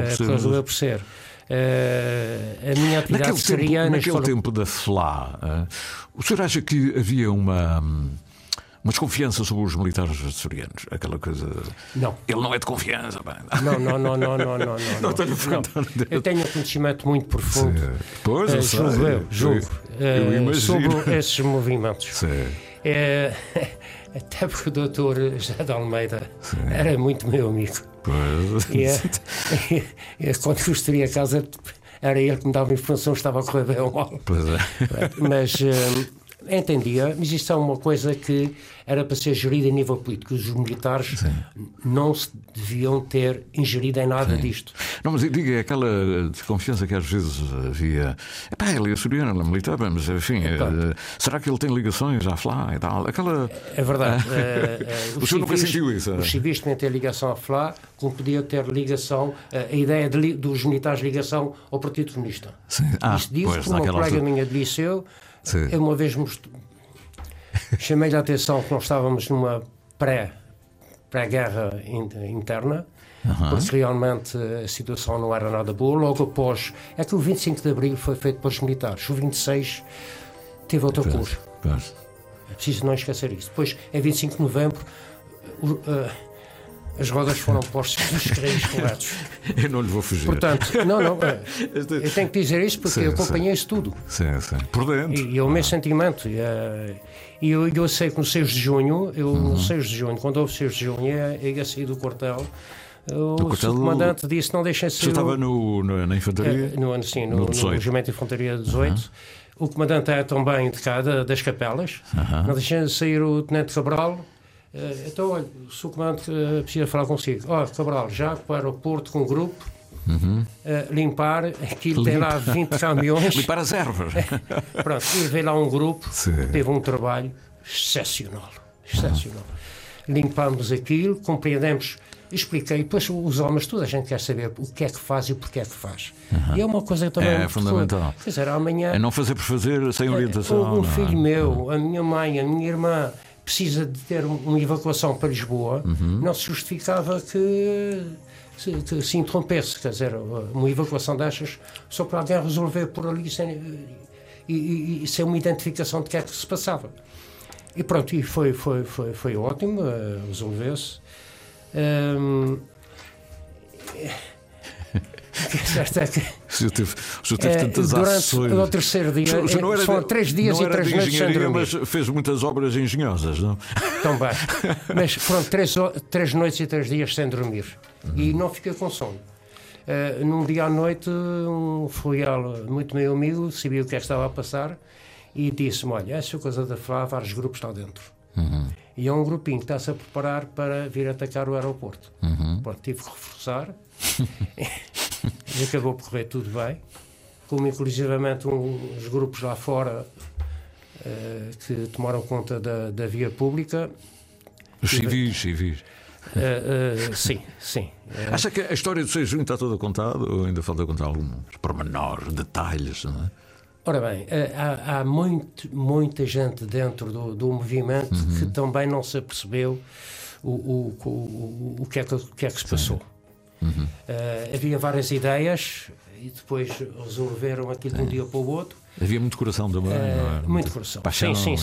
Speaker 6: A minha atividade seria
Speaker 5: naquele tempo da FLA. O senhor acha que havia uma desconfiança sobre os militares açorianos? Aquela coisa.
Speaker 6: Não.
Speaker 5: Ele não é de confiança.
Speaker 6: Não. Eu tenho um conhecimento muito profundo.
Speaker 5: Pois,
Speaker 6: julgo sobre esses movimentos. Até porque o doutor José de Almeida era muito meu amigo. E quando eu estaria a casa, era ele que me dava informação se estava a correr bem ou mal. Mas entendia, mas isto é uma coisa que era para ser gerida a nível político. Os militares não se deviam ter ingerido em nada disto.
Speaker 5: Não, mas diga, aquela desconfiança que às vezes havia. Ele é açoriano, ele é militar, mas enfim, será que ele tem ligações à FLA e tal?
Speaker 6: É verdade.
Speaker 5: O senhor nunca sentiu isso?
Speaker 6: Os civis têm ter ligação à FLA, como podia ter ligação, a ideia dos militares de ligação ao Partido Comunista. Isto disse por uma colega minha de liceu. Eu uma vvez chamei-lhe a atenção que nós estávamos numa para a guerra interna, porque realmente a situação não era nada boa. Logo após, é que o 25 de Abril foi feito pelos militares, o 26 teve outra cor. É preciso não esquecer isso. Depois, em 25 de Novembro, as rodas foram postas nos carreiros corretos.
Speaker 5: Eu não lhe vou fugir.
Speaker 6: Portanto, eu tenho que dizer isso porque eu acompanhei isso tudo.
Speaker 5: Sim. Por dentro.
Speaker 6: E é o meu sentimento. E eu sei que no 6 de junho, no 6 de junho, quando houve 6 de junho, eu ia sair do quartel. O comandante disse: não deixem sair.
Speaker 5: Você estava na infantaria?
Speaker 6: No Regimento de Infantaria 18. O comandante é também de cá, das Capelas. Não deixem sair o Tenente Cabral. Então, olha, se o comandante precisa falar consigo, Cabral, já para o Porto com o grupo, limpar, aquilo tem lá 20 caminhões.
Speaker 5: Limpar as ervas.
Speaker 6: Pronto, e veio lá um grupo, teve um trabalho excepcional. Limpámos aquilo, compreendemos, expliquei, depois os homens, toda a gente quer saber o que é que faz e o porquê é que faz. E é uma coisa que também
Speaker 5: é fundamental.
Speaker 6: Quer dizer, amanhã...
Speaker 5: É não fazer por fazer, sem orientação.
Speaker 6: Um filho meu, a minha mãe, a minha irmã, precisa de ter uma evacuação para Lisboa, não se justificava que se interrompesse, quer dizer, uma evacuação destas só para alguém resolver por ali e sem uma identificação de que é que se passava. E pronto, e foi ótimo, resolveu-se.
Speaker 5: O senhor teve tantas ações.
Speaker 6: Durante o terceiro dia, foram 3 dias e 3 noites sem dormir.
Speaker 5: Mas fez muitas obras engenhosas, não?
Speaker 6: Também. Mas foram 3 noites e 3 dias sem dormir. E não fiquei com sono. Num dia à noite, um filial muito meu amigo sabia o que é que estava a passar e disse-me: olha, essa coisa de falar, vários grupos lá dentro. E é um grupinho que está-se a preparar para vir atacar o aeroporto. Pronto, tive que reforçar. E acabou por correr tudo bem, como inclusivamente uns grupos lá fora que tomaram conta da via pública.
Speaker 5: Os civis.
Speaker 6: Sim.
Speaker 5: Acha que a história do 6 de junho está toda contada ou ainda falta contar alguns pormenores, detalhes, não é?
Speaker 6: Ora bem, há muita gente dentro do movimento que também não se apercebeu o que é que se passou. Havia várias ideias e depois resolveram aquilo de um dia para o outro.
Speaker 5: Havia muito coração também, não é?
Speaker 6: Muito coração.
Speaker 5: Paixão,
Speaker 6: sim.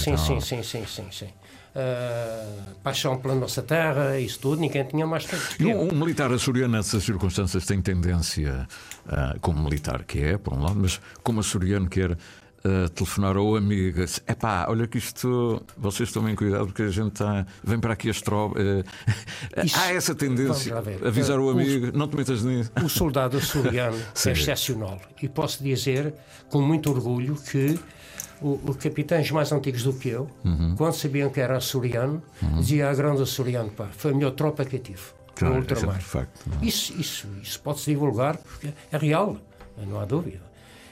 Speaker 6: Paixão pela nossa terra, isso tudo, ninguém tinha mais tempo.
Speaker 5: E um militar açoriano nessas circunstâncias tem tendência, como militar que é, por um lado, mas como açoriano que era, telefonar ao amigo, olha que isto, vocês tomem cuidado porque a gente vem para aqui as tropas. Há essa tendência, avisar o amigo, não te metas nisso.
Speaker 6: O soldado açoriano é excepcional e posso dizer com muito orgulho que os capitães mais antigos do que eu, quando sabiam que era açoriano, dizia a grande açoriano, foi a melhor tropa que eu tive no ultramar. Isso pode-se divulgar porque é real, não há dúvida.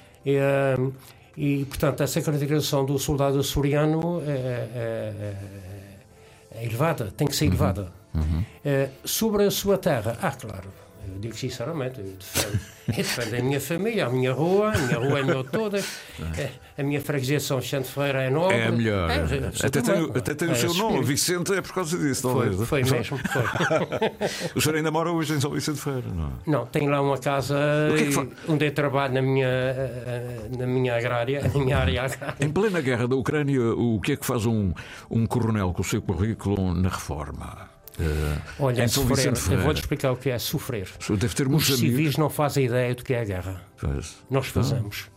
Speaker 6: E, portanto, essa caracterização do soldado açoriano é elevada, tem que ser elevada. Sobre a sua terra, claro, eu digo sinceramente, eu defendo a minha família, a minha rua é melhor toda, a minha freguesia de São Vicente de Ferreira é nobre.
Speaker 5: É a melhor. Até tem o seu nome, Vicente, é por causa disso, talvez.
Speaker 6: Foi mesmo.
Speaker 5: O senhor ainda mora hoje em São Vicente de Ferreira, não é?
Speaker 6: Não, tenho lá uma casa onde eu trabalho na minha agrária, na minha área agrária.
Speaker 5: Em plena guerra da Ucrânia, o que é que faz um coronel com o seu currículo na reforma?
Speaker 6: Olha, sofrer. Eu vou-te explicar o que é sofrer.
Speaker 5: Deve ter
Speaker 6: Os civis não fazem ideia do que é a guerra. Nós fazemos.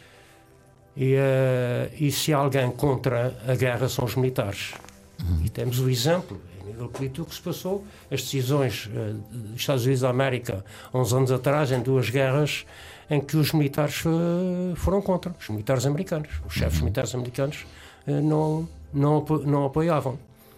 Speaker 6: E se há alguém contra a guerra são os militares. E temos o exemplo, a nível político, que se passou. As decisões dos Estados Unidos da América, há uns anos atrás, em 2 guerras, em que os militares foram contra. Os militares americanos. Os chefes militares americanos não apoiavam.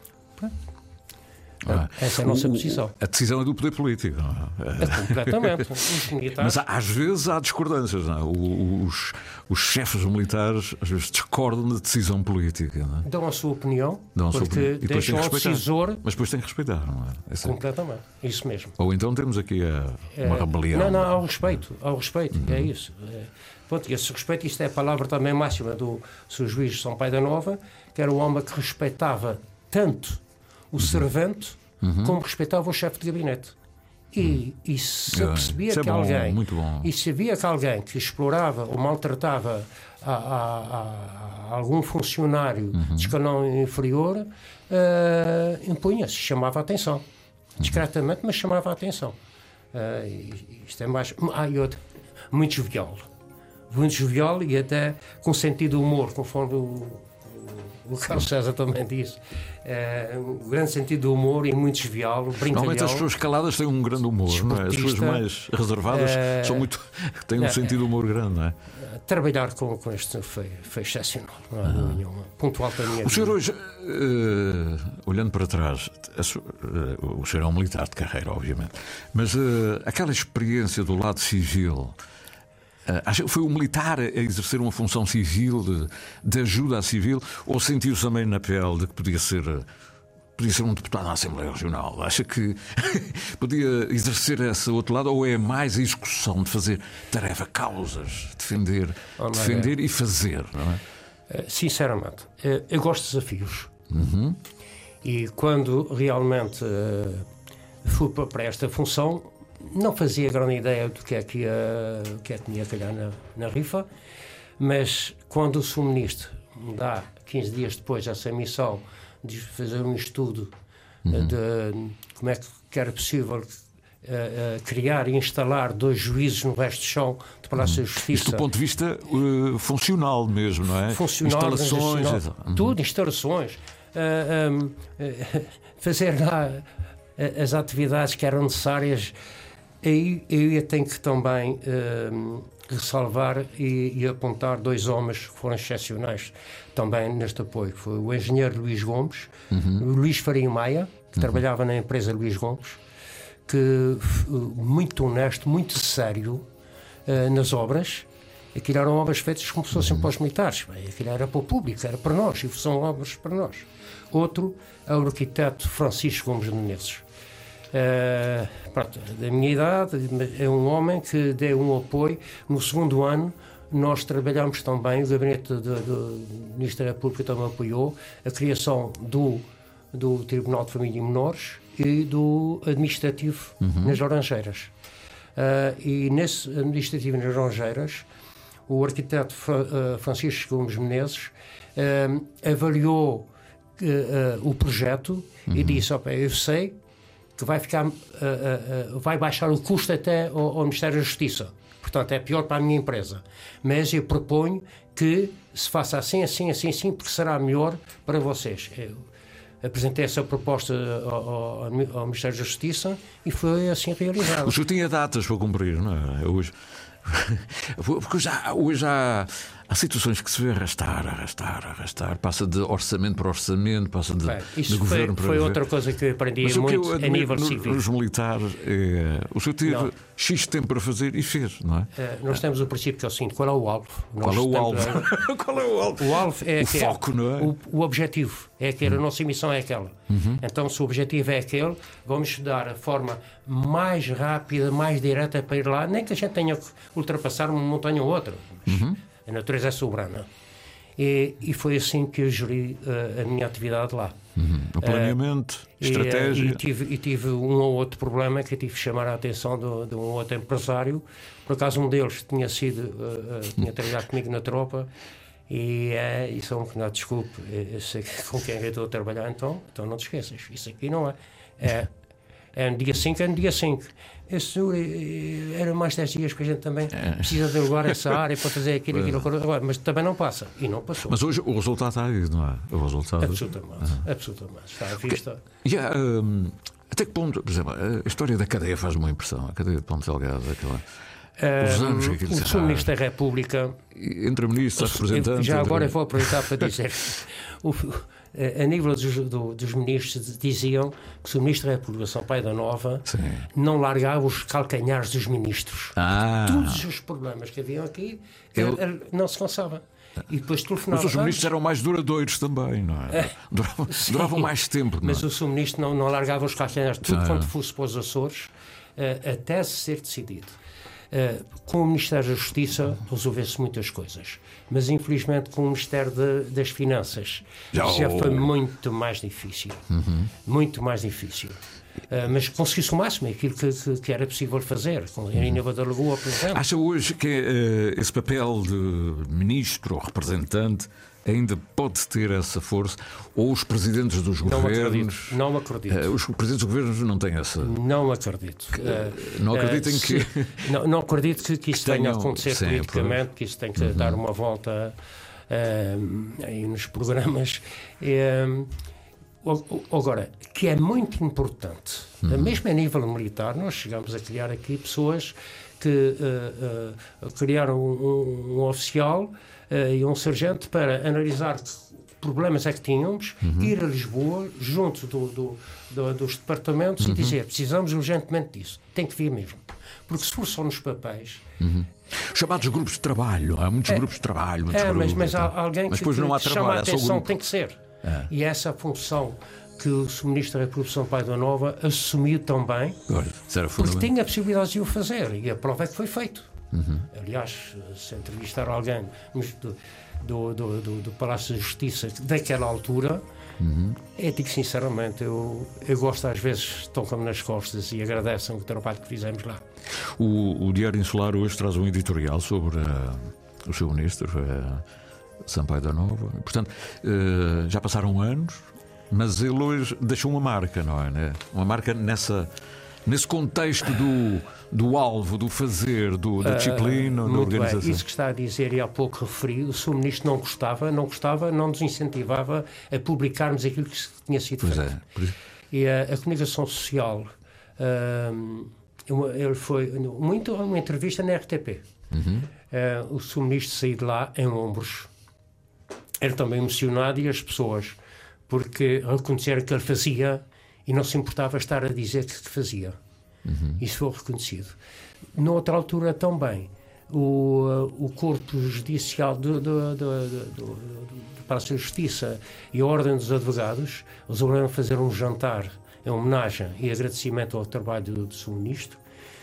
Speaker 6: Essa é a nossa posição.
Speaker 5: A decisão é do poder político.
Speaker 6: Completamente. Os militares...
Speaker 5: Mas às vezes há discordâncias. Não é? Os chefes militares às vezes discordam da decisão política. Não é?
Speaker 6: Dão a sua opinião,
Speaker 5: porque
Speaker 6: deixam ao decisor...
Speaker 5: Mas depois tem que respeitar, não é? Assim.
Speaker 6: Completamente. Isso mesmo.
Speaker 5: Ou então temos aqui uma rebelião.
Speaker 6: Não, ao respeito. É isso. Pronto, esse respeito, isto é a palavra também máxima do Sr. Juiz São Pai da Nova, que era um homem que respeitava tanto o servente como respeitava o chefe de gabinete. E se eu percebia que alguém, e se havia que alguém que explorava ou maltratava a algum funcionário de escalão inferior, impunha-se, chamava a atenção. Discretamente, mas chamava a atenção. Isto é mais... e outro, muito jovial e até com sentido de humor, conforme o Carlos César também disse. Um grande sentido de humor e muito jovial, brincalhão.
Speaker 5: Normalmente as pessoas caladas têm um grande humor, não é? As pessoas mais reservadas têm um sentido de humor grande, não é?
Speaker 6: Trabalhar com este foi excepcional, não há dúvida nenhuma. Ponto alto da minha vida.
Speaker 5: O senhor hoje, olhando para trás, o senhor é um militar de carreira, obviamente, mas aquela experiência do lado civil, acha que foi um militar a exercer uma função civil, de ajuda à civil, ou sentiu-se também na pele de que podia ser um deputado na Assembleia Regional? Acha que podia exercer esse outro lado, ou é mais a execução de fazer tarefa, causas, defender e fazer, não é?
Speaker 6: Sinceramente, eu gosto de desafios. E quando realmente fui para esta função, não fazia grande ideia do que é que me ia calhar na rifa, mas quando o Sr-Ministro me dá 15 dias depois essa missão de fazer um estudo de como é que era possível criar e instalar 2 juízes no resto do chão do Palácio da Justiça.
Speaker 5: Isto do ponto de vista funcional mesmo, não é?
Speaker 6: Funcional,
Speaker 5: instalações.
Speaker 6: Tudo, instalações. Fazer lá as atividades que eram necessárias. Aí eu tenho que também ressalvar e apontar 2 homens que foram excepcionais também neste apoio. Foi o engenheiro Luís Gomes, o Luís Farinha Maia, que trabalhava na empresa Luís Gomes, que muito honesto, muito sério nas obras. Aquilo eram obras feitas como se fossem para os militares. Aquilo era para o público, era para nós, e são obras para nós. Outro é o arquiteto Francisco Gomes de Menezes. Pronto, da minha idade, é um homem que deu um apoio. No 2º ano nós trabalhamos também, o gabinete do Ministério da Pública também apoiou a criação do Tribunal de Família e Menores e do administrativo nas Laranjeiras. E nesse administrativo nas Laranjeiras, o arquiteto Francisco Gomes Menezes avaliou o projeto e disse: eu sei que vai baixar o custo até ao Ministério da Justiça. Portanto, é pior para a minha empresa. Mas eu proponho que se faça assim, porque será melhor para vocês. Eu apresentei essa proposta ao Ministério da Justiça e foi assim realizado.
Speaker 5: O senhor tinha datas para cumprir, não é? Hoje... Porque hoje há situações que se vê arrastar, passa de orçamento para orçamento, passa de governo para governo.
Speaker 6: Foi outra coisa que aprendi muito a nível civil.
Speaker 5: Os militares, o senhor teve X tempo para fazer e fez, não é?
Speaker 6: Nós temos o princípio que é o seguinte: qual é o alvo?
Speaker 5: Qual é o alvo? Qual é o alvo?
Speaker 6: O alvo é
Speaker 5: o foco, não é?
Speaker 6: O objetivo é aquele, a nossa missão é aquela. Então, se o objetivo é aquele, vamos estudar a forma mais rápida, mais direta para ir lá, nem que a gente tenha que ultrapassar uma montanha ou outra. A natureza é soberana. E foi assim que eu geri a minha atividade lá.
Speaker 5: O planeamento, estratégia.
Speaker 6: E tive um ou outro problema que eu tive que chamar a atenção de um outro empresário. Por acaso um deles tinha trabalhado comigo na tropa. E só um pequeno desculpe, eu sei com quem eu estou a trabalhar, então não te esqueças. Isso aqui não é. É no dia 5, é no dia 5. Isso era mais 10 dias que a gente também precisa de alugar essa área para fazer aquilo, mas também não passa. E não passou.
Speaker 5: Mas hoje o resultado está aí, não é? O resultado...
Speaker 6: Absolutamente. Está à vista.
Speaker 5: Até que ponto, por exemplo, a história da cadeia faz uma impressão. A cadeia de Ponte Delgado, os anos que
Speaker 6: o Sr. Ministro da República,
Speaker 5: entre ministros, representantes.
Speaker 6: Já agora eu vou aproveitar para dizer a nível dos ministros, diziam que o Sr. Ministro da República, Sampaio da Nova, não largava os calcanhares dos ministros. Todos os problemas que haviam aqui não se cansava. E depois telefonava.
Speaker 5: Mas os ministros eram mais duradouros também, não é? Duravam mais tempo.
Speaker 6: Mas o Sr. Ministro não largava os calcanhares, tudo quanto fosse para os Açores, até se ser decidido. Com o Ministério da Justiça resolveu-se muitas coisas, mas infelizmente com o Ministério das Finanças já foi muito mais difícil. Muito mais difícil. Mas conseguiu-se o máximo, aquilo que era possível fazer, com a Inês da Lagoa, por exemplo.
Speaker 5: Acha hoje que esse papel de ministro ou representante ainda pode ter essa força? Ou os presidentes dos governos...
Speaker 6: Não acredito.
Speaker 5: Os presidentes dos governos não têm essa...
Speaker 6: Não acredito.
Speaker 5: Não acreditem que...
Speaker 6: Não acredito que isso tenha a acontecer politicamente, que isso tem que dar uma volta aí nos programas. Agora, que é muito importante, mesmo a nível militar, nós chegamos a criar aqui pessoas que criaram um oficial e um sargento para analisar que problemas é que tínhamos, ir a Lisboa, junto dos departamentos, e dizer, precisamos urgentemente disso, tem que vir mesmo. Porque se for só nos papéis...
Speaker 5: Chamados grupos de trabalho, há muitos grupos de trabalho.
Speaker 6: Mas há alguém que
Speaker 5: depois não há trabalho,
Speaker 6: chama a atenção, tem que ser. E essa função que o Ministro da Produção Paiva Nova assumiu também, porque tinha a possibilidade de o fazer, e a prova é que foi feito. Aliás, se entrevistar alguém do Palácio da Justiça daquela altura, eu digo sinceramente, eu gosto às vezes, tocam-me nas costas e agradecem o trabalho que fizemos lá.
Speaker 5: O Diário Insular hoje traz um editorial sobre o seu Ministro, Sampaio da Nova. Portanto, já passaram anos, mas ele hoje deixou uma marca, não é? Né? Uma marca nesse contexto do alvo, do fazer, da disciplina, da organização.
Speaker 6: Bem. Isso que está a dizer, e há pouco referi, o Sr. Ministro não gostava, não nos incentivava a publicarmos aquilo que tinha sido feito. E a comunicação social, ele foi muito uma entrevista na RTP. O Sr. Ministro saiu de lá em ombros. Era também emocionado, e as pessoas, porque reconheceram que ele fazia e não se importava estar a dizer que fazia. Isso foi reconhecido. Noutra altura também, o corpo judicial do Palácio da Justiça e a Ordem dos Advogados resolveram fazer um jantar em homenagem e agradecimento ao trabalho do Sr. Ministro.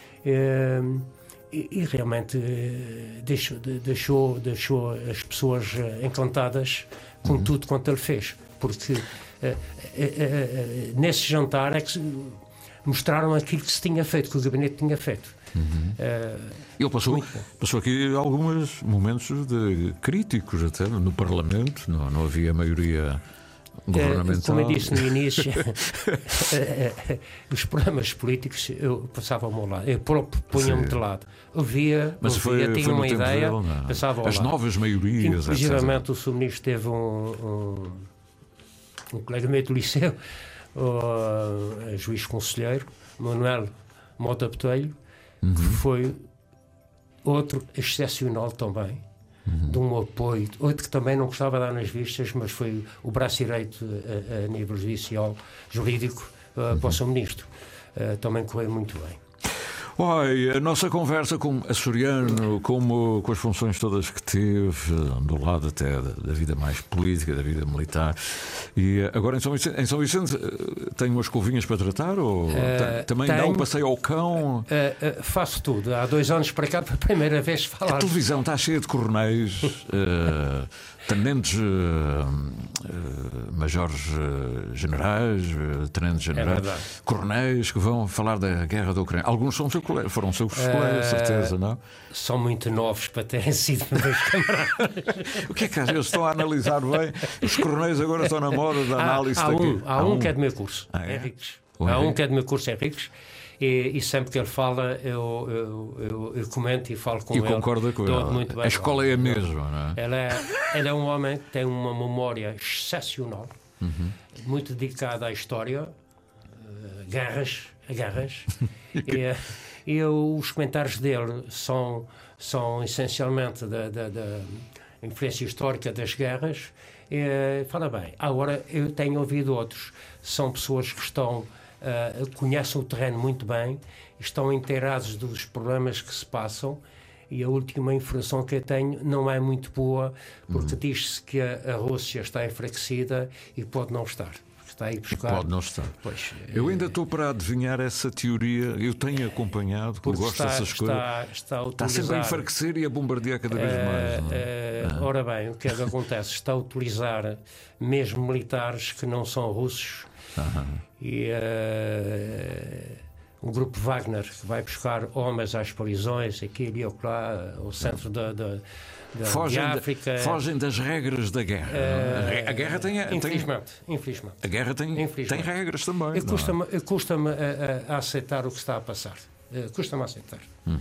Speaker 6: E realmente deixou as pessoas encantadas com tudo quanto ele fez, porque nesse jantar é que mostraram aquilo que se tinha feito, que o gabinete tinha feito.
Speaker 5: Ele passou aqui alguns momentos críticos até no Parlamento, não havia maioria governamental.
Speaker 6: Como eu disse no início, os problemas políticos eu passava-me ao lado, eu punha-me de lado. Tinha uma ideia, passava ao lado.
Speaker 5: As novas maiorias.
Speaker 6: Inclusivamente o Sr. Ministro teve um colega meu do liceu, o juiz conselheiro, Manuel Mota Botelho, que foi outro excepcional também, de um apoio, outro que também não gostava de dar nas vistas, mas foi o braço direito a nível judicial, jurídico, para o Sr. Ministro. Também correu muito bem.
Speaker 5: A nossa conversa com açoriano, com as funções todas que teve, do lado até da vida mais política, da vida militar. E agora em São Vicente tem umas couvinhas para tratar? Ou também dá um passeio ao cão?
Speaker 6: Faço tudo. Há 2 anos para cá, pela primeira vez falar.
Speaker 5: A televisão está cheia de coronéis, tenentes majores generais, tenentes generais, coronéis que vão falar da guerra da Ucrânia. Alguns foram seus colegas, certeza, não?
Speaker 6: São muito novos para terem sido meus camaradas.
Speaker 5: O que é que eles estão a analisar bem? Os coronéis agora estão na moda da análise daqui.
Speaker 6: Há um que é do meu curso, Henriques. Há um que é do meu curso, Henriques. E sempre que ele fala, eu comento e falo com ele.
Speaker 5: E concorda com ele.
Speaker 6: Muito bem.
Speaker 5: A escola é a mesma, não é?
Speaker 6: Ele é um homem que tem uma memória excepcional, muito dedicada à história, guerras. E os comentários dele são essencialmente da influência histórica das guerras. Fala bem. Agora, eu tenho ouvido outros. São pessoas que conhecem o terreno muito bem, estão inteirados dos problemas que se passam, e a última informação que eu tenho não é muito boa, porque diz-se que a Rússia está enfraquecida e pode não estar. vai buscar.
Speaker 5: Pode não estar.
Speaker 6: Pois,
Speaker 5: eu ainda estou para adivinhar essa teoria. Eu tenho acompanhado, porque eu gosto dessas coisas. Está sempre a enfraquecer e a bombardear cada vez mais.
Speaker 6: Ora bem, o que é que acontece? Está a utilizar mesmo militares que não são russos. E o grupo Wagner, que vai buscar homens às prisões, aqui e acolá, ao centro da África.
Speaker 5: Fogem das regras da guerra. A guerra tem.
Speaker 6: Infelizmente.
Speaker 5: A guerra tem regras também.
Speaker 6: Custa-me a aceitar o que está a passar. Custa-me a aceitar.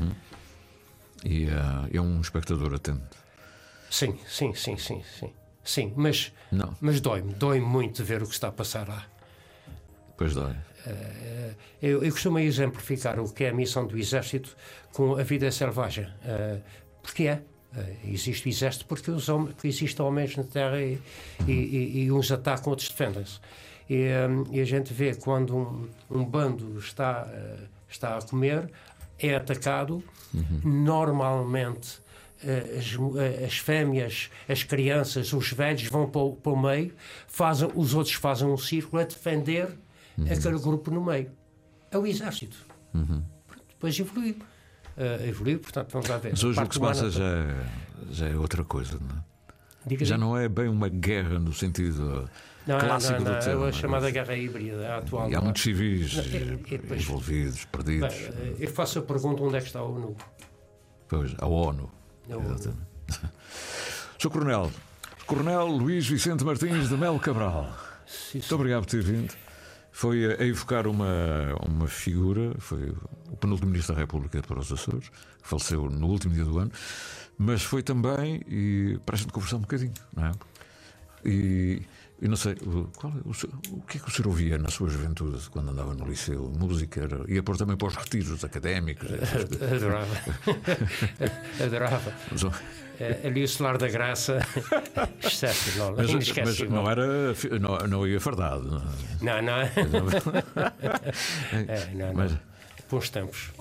Speaker 5: E é um espectador atento.
Speaker 6: Sim. Sim, mas dói-me muito ver o que está a passar lá.
Speaker 5: Pois dói.
Speaker 6: Eu costumo exemplificar o que é a missão do Exército com a vida selvagem. Porque existe o Exército porque existem homens na Terra e uns atacam, outros defendem-se. E a gente vê quando um bando está a comer, é atacado, normalmente as fêmeas, as crianças, os velhos vão para o meio, os outros fazem um círculo a defender aquele grupo no meio. É o Exército. Depois evoluiu, portanto, vamos lá ver.
Speaker 5: Mas hoje o que se passa já é outra coisa, não é? Já não é bem uma guerra no sentido clássico do termo.
Speaker 6: É a chamada guerra híbrida atual.
Speaker 5: E há muitos civis envolvidos, perdidos.
Speaker 6: Eu faço a pergunta: onde é que está a ONU?
Speaker 5: Pois, a ONU. Exatamente. Sr. Coronel Luís Vicente Martins de Melo Cabral, muito obrigado por ter vindo. Foi a evocar uma figura, foi o penúltimo Ministro da República para os Açores, que faleceu no último dia do ano, mas foi também, e para a gente conversar um bocadinho, não é? E não sei, o que é que o senhor ouvia na sua juventude, quando andava no liceu? Música? Ia pôr também para os retiros académicos?
Speaker 6: Adorava. Ali o Solar da Graça, excepcional, inesquecível.
Speaker 5: Mas não ia fardado.
Speaker 6: Não. Mas bons tempos.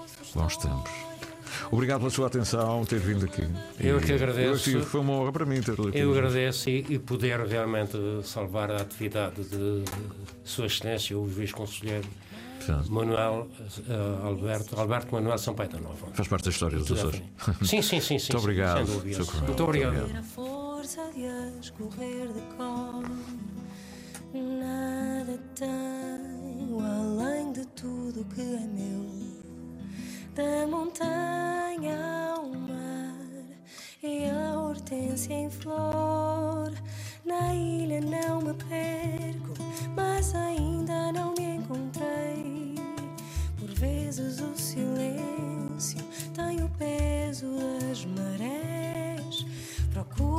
Speaker 5: Obrigado pela sua atenção, ter vindo aqui.
Speaker 6: Eu que agradeço.
Speaker 5: Foi uma honra para mim ter aqui.
Speaker 6: Eu agradeço e poder realmente salvar a atividade de Sua Excelência, o Vice-Conselheiro Manuel Alberto Manuel Sampaio da Nova.
Speaker 5: Faz parte da história dos Açores.
Speaker 6: Sim.
Speaker 5: Muito obrigado.
Speaker 6: Muito obrigado.
Speaker 14: A força de escorrer de cor, nada tenho além de tudo que é meu. Da montanha ao mar e a hortência em flor. Na ilha não me perco, mas ainda não me encontrei. Por vezes o silêncio tem o peso das marés. Procuro